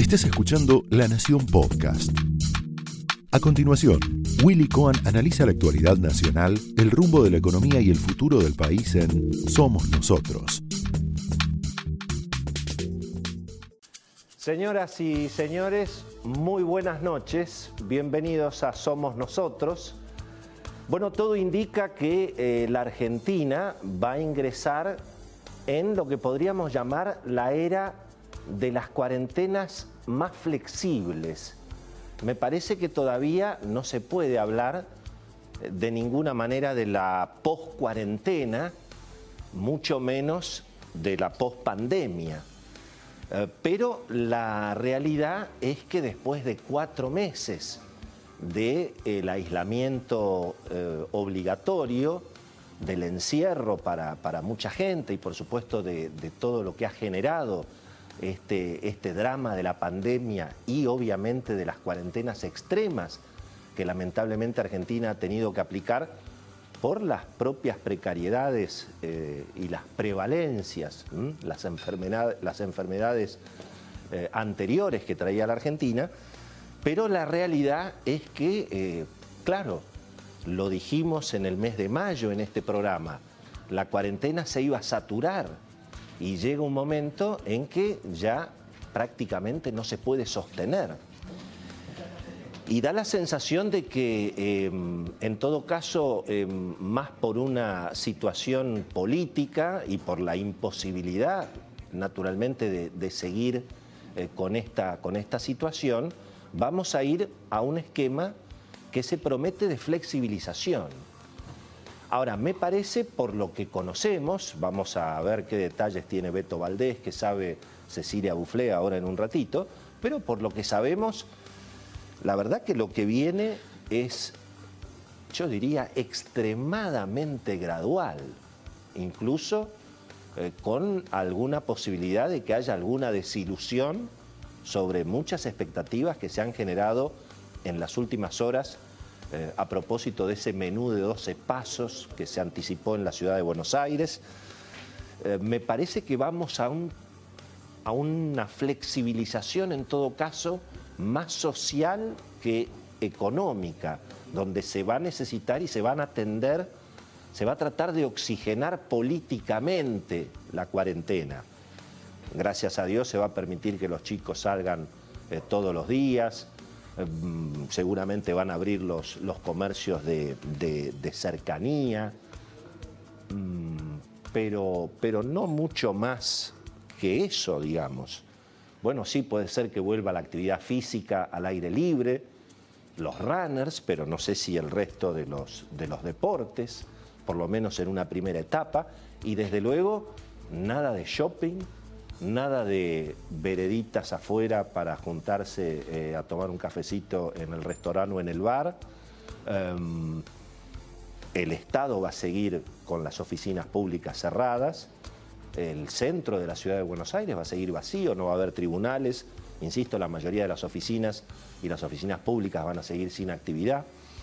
Estás escuchando La Nación Podcast. A continuación, Willy Cohen analiza la actualidad nacional, el rumbo de la economía y el futuro del país en Somos Nosotros. Señoras y señores, muy buenas noches. Bienvenidos a Somos Nosotros. Bueno, todo indica que la Argentina va a ingresar en lo que podríamos llamar la era de las cuarentenas más flexibles. Me parece que todavía no se puede hablar de ninguna manera de la post-cuarentena, mucho menos de la post-pandemia. Pero la realidad es que después de 4 meses del aislamiento obligatorio, del encierro para mucha gente y por supuesto de todo lo que ha generado este drama de la pandemia y obviamente de las cuarentenas extremas que lamentablemente Argentina ha tenido que aplicar por las propias precariedades y las prevalencias, las enfermedades anteriores que traía la Argentina, pero la realidad es que, claro, lo dijimos en el mes de mayo en este programa, la cuarentena se iba a saturar. Y llega un momento en que ya prácticamente no se puede sostener. Y da la sensación de que, en todo caso, más por una situación política y por la imposibilidad, naturalmente, de seguir con esta situación, vamos a ir a un esquema que se promete de flexibilización. Ahora, me parece, por lo que conocemos, vamos a ver qué detalles tiene Beto Valdés, que sabe Cecilia Buflé ahora en un ratito, pero por lo que sabemos, la verdad que lo que viene es, yo diría, extremadamente gradual, incluso con alguna posibilidad de que haya alguna desilusión sobre muchas expectativas que se han generado en las últimas horas a propósito de ese menú de 12 pasos que se anticipó en la ciudad de Buenos Aires. Me parece que vamos a una flexibilización, en todo caso, más social que económica, donde se va a necesitar y se van a atender, se va a tratar de oxigenar políticamente la cuarentena. Gracias a Dios se va a permitir que los chicos salgan todos los días. Seguramente van a abrir los comercios de cercanía, pero no mucho más que eso, digamos. Bueno, sí puede ser que vuelva la actividad física al aire libre, los runners, pero no sé si el resto de los deportes, por lo menos en una primera etapa, y desde luego nada de shopping, nada de vereditas afuera para juntarse a tomar un cafecito en el restaurante o en el bar. El Estado va a seguir con las oficinas públicas cerradas. El centro de la ciudad de Buenos Aires va a seguir vacío, no va a haber tribunales. Insisto, la mayoría de las oficinas y las oficinas públicas van a seguir sin actividad.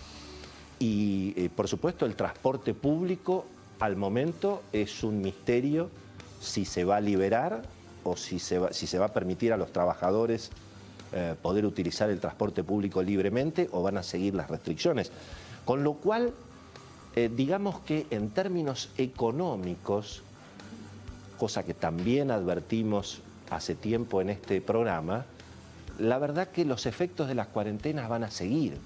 Y por supuesto el transporte público al momento es un misterio si se va a liberar o si se va a permitir a los trabajadores poder utilizar el transporte público libremente o van a seguir las restricciones. Con lo cual, digamos que en términos económicos, cosa que también advertimos hace tiempo en este programa, la verdad que los efectos de las cuarentenas van a seguir.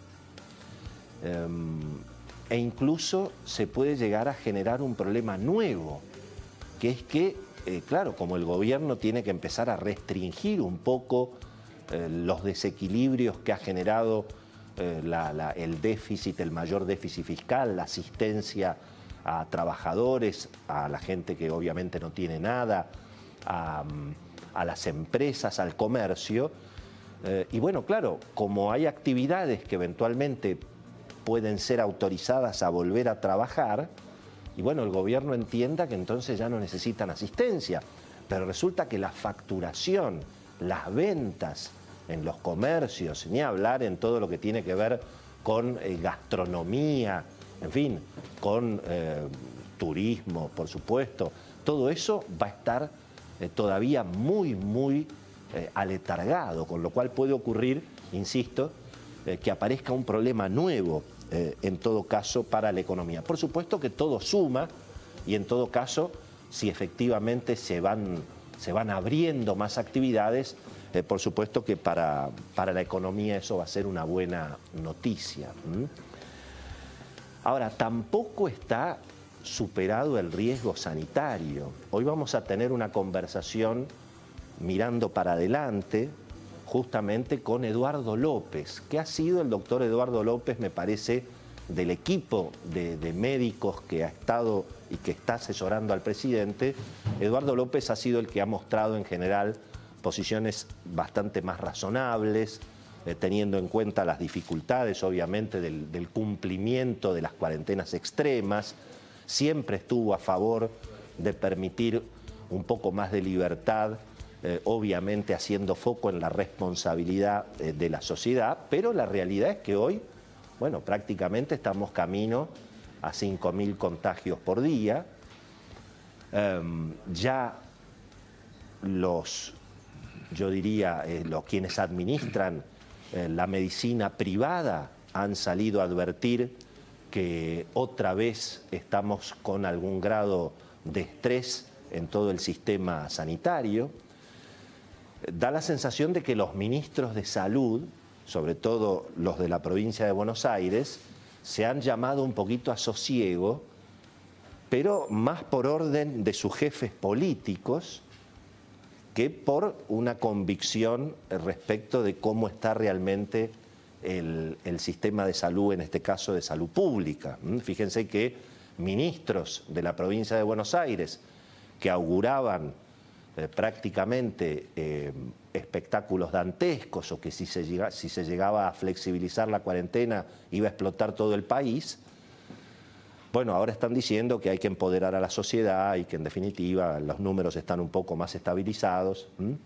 E incluso se puede llegar a generar un problema nuevo, que es que claro, como el gobierno tiene que empezar a restringir un poco los desequilibrios que ha generado el déficit, el mayor déficit fiscal, la asistencia a trabajadores, a la gente que obviamente no tiene nada, a las empresas, al comercio. Y bueno, claro, como hay actividades que eventualmente pueden ser autorizadas a volver a trabajar, y bueno, el gobierno entienda que entonces ya no necesitan asistencia, pero resulta que la facturación, las ventas en los comercios, ni hablar en todo lo que tiene que ver con gastronomía, en fin, con turismo, por supuesto, todo eso va a estar todavía muy aletargado, con lo cual puede ocurrir, insisto, que aparezca un problema nuevo en todo caso para la economía. Por supuesto que todo suma y en todo caso, si efectivamente se van abriendo más actividades, por supuesto que para la economía eso va a ser una buena noticia. Ahora, tampoco está superado el riesgo sanitario. Hoy vamos a tener una conversación mirando para adelante, justamente con Eduardo López, que ha sido el doctor Eduardo López, me parece, del equipo de médicos que ha estado y que está asesorando al presidente. Eduardo López ha sido el que ha mostrado en general posiciones bastante más razonables, teniendo en cuenta las dificultades, obviamente, del cumplimiento de las cuarentenas extremas. Siempre estuvo a favor de permitir un poco más de libertad, obviamente haciendo foco en la responsabilidad de la sociedad, pero la realidad es que hoy, bueno, prácticamente estamos camino a 5.000 contagios por día. Ya yo diría, quienes administran la medicina privada han salido a advertir que otra vez estamos con algún grado de estrés en todo el sistema sanitario. Da la sensación de que los ministros de salud, sobre todo los de la provincia de Buenos Aires, se han llamado un poquito a sosiego, pero más por orden de sus jefes políticos que por una convicción respecto de cómo está realmente el sistema de salud, en este caso de salud pública. Fíjense que ministros de la provincia de Buenos Aires que auguraban prácticamente espectáculos dantescos, o que si se llegaba a flexibilizar la cuarentena iba a explotar todo el país, bueno, ahora están diciendo que hay que empoderar a la sociedad y que en definitiva los números están un poco más estabilizados.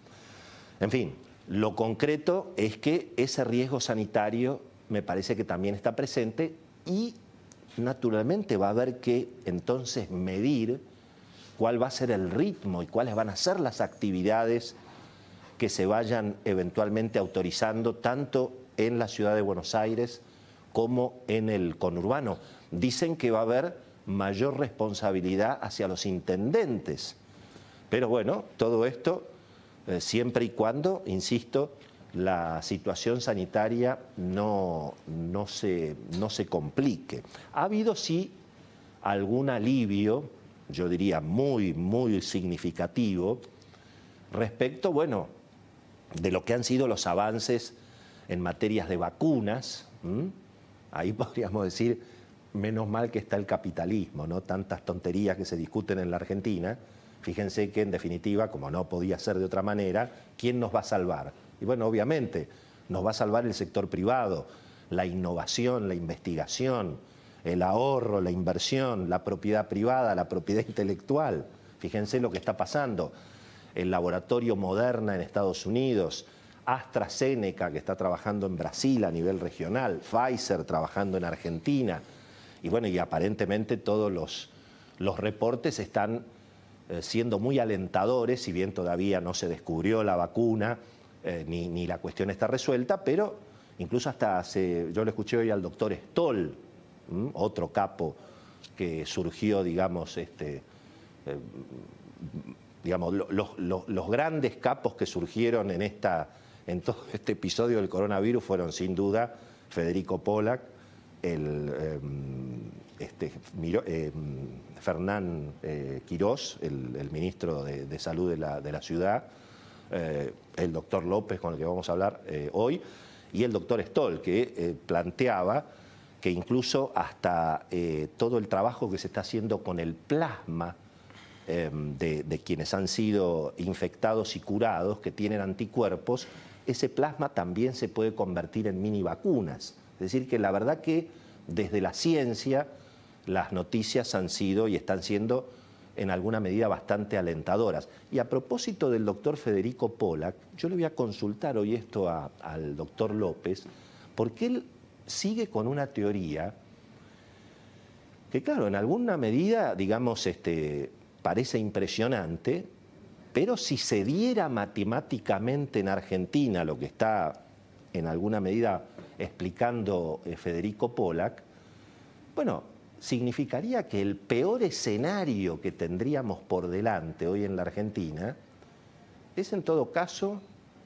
En fin, lo concreto es que ese riesgo sanitario me parece que también está presente y naturalmente va a haber que entonces medir cuál va a ser el ritmo y cuáles van a ser las actividades que se vayan eventualmente autorizando tanto en la ciudad de Buenos Aires como en el conurbano. Dicen que va a haber mayor responsabilidad hacia los intendentes, pero bueno, todo esto siempre y cuando, insisto, la situación sanitaria no se complique. Ha habido sí algún alivio, yo diría muy, muy significativo, respecto, bueno, de lo que han sido los avances en materias de vacunas. Ahí podríamos decir, menos mal que está el capitalismo, ¿no? Tantas tonterías que se discuten en la Argentina. Fíjense que en definitiva, como no podía ser de otra manera, ¿quién nos va a salvar? Y bueno, obviamente, nos va a salvar el sector privado, la innovación, la investigación, el ahorro, la inversión, la propiedad privada, la propiedad intelectual. Fíjense lo que está pasando. El laboratorio Moderna en Estados Unidos, AstraZeneca, que está trabajando en Brasil a nivel regional, Pfizer trabajando en Argentina. Y bueno, y aparentemente todos los reportes están siendo muy alentadores, si bien todavía no se descubrió la vacuna, ni la cuestión está resuelta, pero incluso yo le escuché hoy al doctor Stoll, otro capo que surgió, digamos, los grandes capos que surgieron en todo este episodio del coronavirus fueron sin duda Federico Pollack, Fernán Quirós, el ministro de Salud de la ciudad, el doctor López, con el que vamos a hablar hoy, y el doctor Stoll, que planteaba que incluso hasta todo el trabajo que se está haciendo con el plasma de quienes han sido infectados y curados, que tienen anticuerpos, ese plasma también se puede convertir en mini vacunas. Es decir, que la verdad que desde la ciencia las noticias han sido y están siendo en alguna medida bastante alentadoras. Y a propósito del doctor Federico Pollack, yo le voy a consultar hoy esto al doctor López, porque él sigue con una teoría que, claro, en alguna medida, digamos, parece impresionante, Pero si se diera matemáticamente en Argentina lo que está en alguna medida explicando Federico Pollack, bueno, significaría que el peor escenario que tendríamos por delante hoy en la Argentina es en todo caso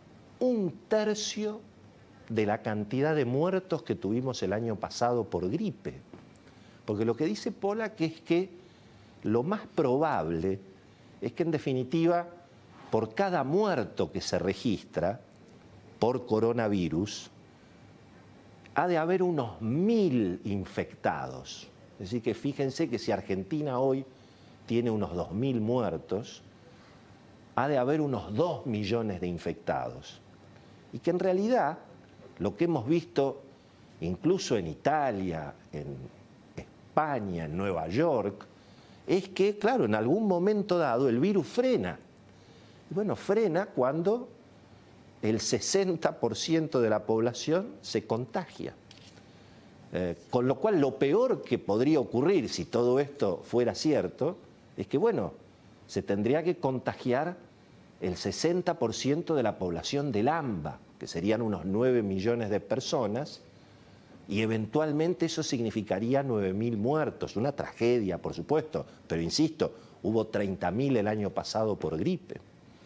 1/3 de la cantidad de muertos que tuvimos el año pasado por gripe. Porque lo que dice Pollack es que lo más probable es que en definitiva por cada muerto que se registra por coronavirus ha de haber unos 1000 infectados. Es decir, que fíjense que si Argentina hoy tiene unos 2000 muertos, ha de haber unos 2 millones de infectados. Y que en realidad lo que hemos visto incluso en Italia, en España, en Nueva York, es que, claro, en algún momento dado el virus frena. Y bueno, frena cuando el 60% de la población se contagia. Con lo cual lo peor que podría ocurrir si todo esto fuera cierto es que, bueno, se tendría que contagiar el 60% de la población del AMBA, que serían unos 9 millones de personas, y eventualmente eso significaría 9.000 muertos, una tragedia, por supuesto, pero insisto, hubo 30.000 el año pasado por gripe.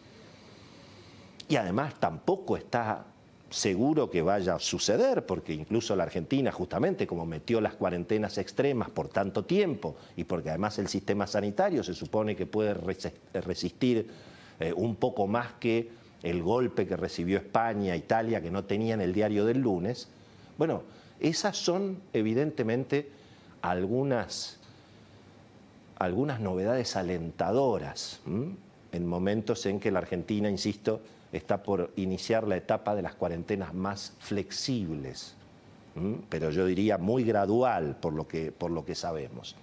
Y además tampoco está seguro que vaya a suceder, porque incluso la Argentina, justamente como metió las cuarentenas extremas por tanto tiempo y porque además el sistema sanitario se supone que puede resistir un poco más que el golpe que recibió España, Italia, que no tenían el diario del lunes. Bueno, esas son evidentemente algunas novedades alentadoras en momentos en que la Argentina, insisto, está por iniciar la etapa de las cuarentenas más flexibles, pero yo diría muy gradual por lo que sabemos.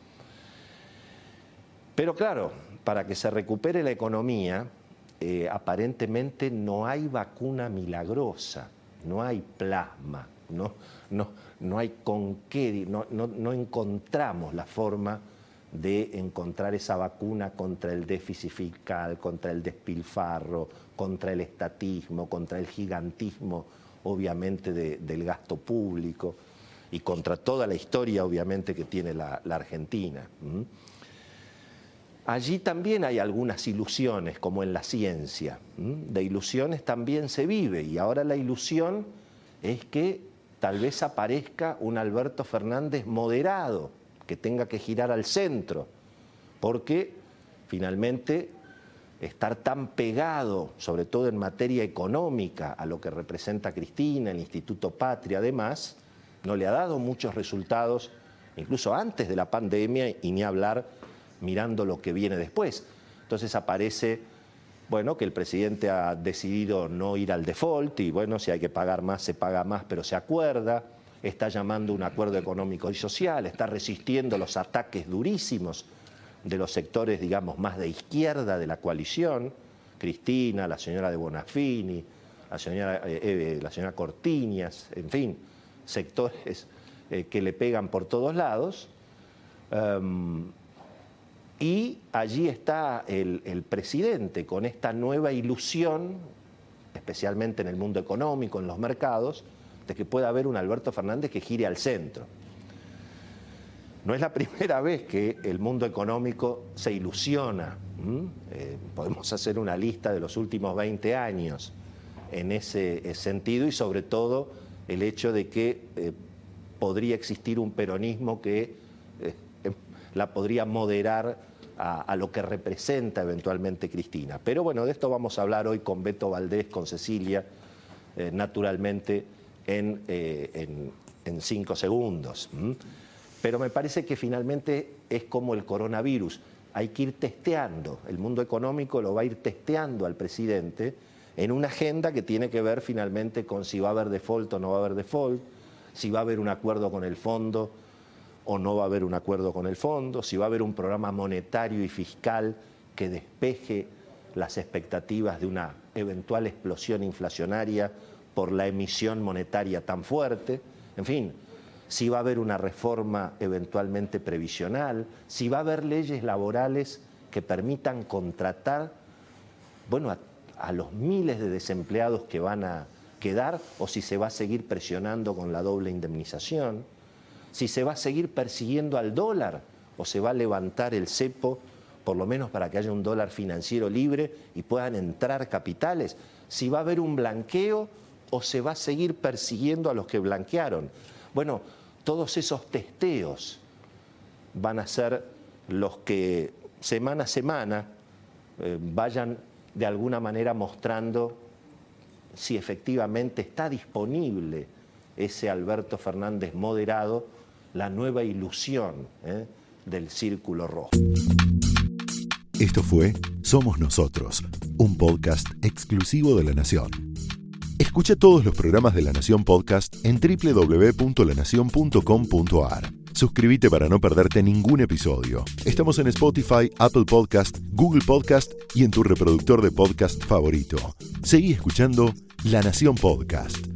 Pero claro, para que se recupere la economía, aparentemente no hay vacuna milagrosa, no hay plasma, no hay con qué, no encontramos la forma de encontrar esa vacuna contra el déficit fiscal, contra el despilfarro, contra el estatismo, contra el gigantismo, obviamente, del gasto público y contra toda la historia, obviamente, que tiene la Argentina. Allí también hay algunas ilusiones, como en la ciencia. De ilusiones también se vive, y ahora la ilusión es que tal vez aparezca un Alberto Fernández moderado, que tenga que girar al centro, porque finalmente estar tan pegado, sobre todo en materia económica, a lo que representa Cristina, el Instituto Patria, además, no le ha dado muchos resultados, incluso antes de la pandemia, y ni hablar mirando lo que viene después. Entonces aparece, bueno, que el presidente ha decidido no ir al default, y bueno, si hay que pagar más, se paga más, pero se acuerda. Está llamando un acuerdo económico y social, está resistiendo los ataques durísimos de los sectores, digamos, más de izquierda de la coalición, Cristina, la señora de Bonafini, la señora Cortiñas, en fin, sectores que le pegan por todos lados. Y allí está el presidente con esta nueva ilusión, especialmente en el mundo económico, en los mercados, de que pueda haber un Alberto Fernández que gire al centro. No es la primera vez que el mundo económico se ilusiona. Podemos hacer una lista de los últimos 20 años en ese sentido, y sobre todo el hecho de que podría existir un peronismo que la podría moderar a lo que representa eventualmente Cristina. Pero bueno, de esto vamos a hablar hoy con Beto Valdés, con Cecilia, naturalmente, en 5 segundos. Pero me parece que finalmente es como el coronavirus. Hay que ir testeando, el mundo económico lo va a ir testeando al presidente en una agenda que tiene que ver finalmente con si va a haber default o no va a haber default, si va a haber un acuerdo con el fondo o no va a haber un acuerdo con el fondo, si va a haber un programa monetario y fiscal que despeje las expectativas de una eventual explosión inflacionaria por la emisión monetaria tan fuerte, en fin, si va a haber una reforma eventualmente previsional, si va a haber leyes laborales que permitan contratar bueno, a los miles de desempleados que van a quedar, o si se va a seguir presionando con la doble indemnización, si se va a seguir persiguiendo al dólar o se va a levantar el cepo, por lo menos para que haya un dólar financiero libre y puedan entrar capitales, si va a haber un blanqueo o se va a seguir persiguiendo a los que blanquearon. Bueno, todos esos testeos van a ser los que semana a semana vayan de alguna manera mostrando si efectivamente está disponible ese Alberto Fernández moderado, la nueva ilusión del Círculo Rojo. Esto fue Somos Nosotros, un podcast exclusivo de La Nación. Escucha todos los programas de La Nación Podcast en www.lanacion.com.ar. Suscríbete para no perderte ningún episodio. Estamos en Spotify, Apple Podcast, Google Podcast y en tu reproductor de podcast favorito. Seguí escuchando La Nación Podcast.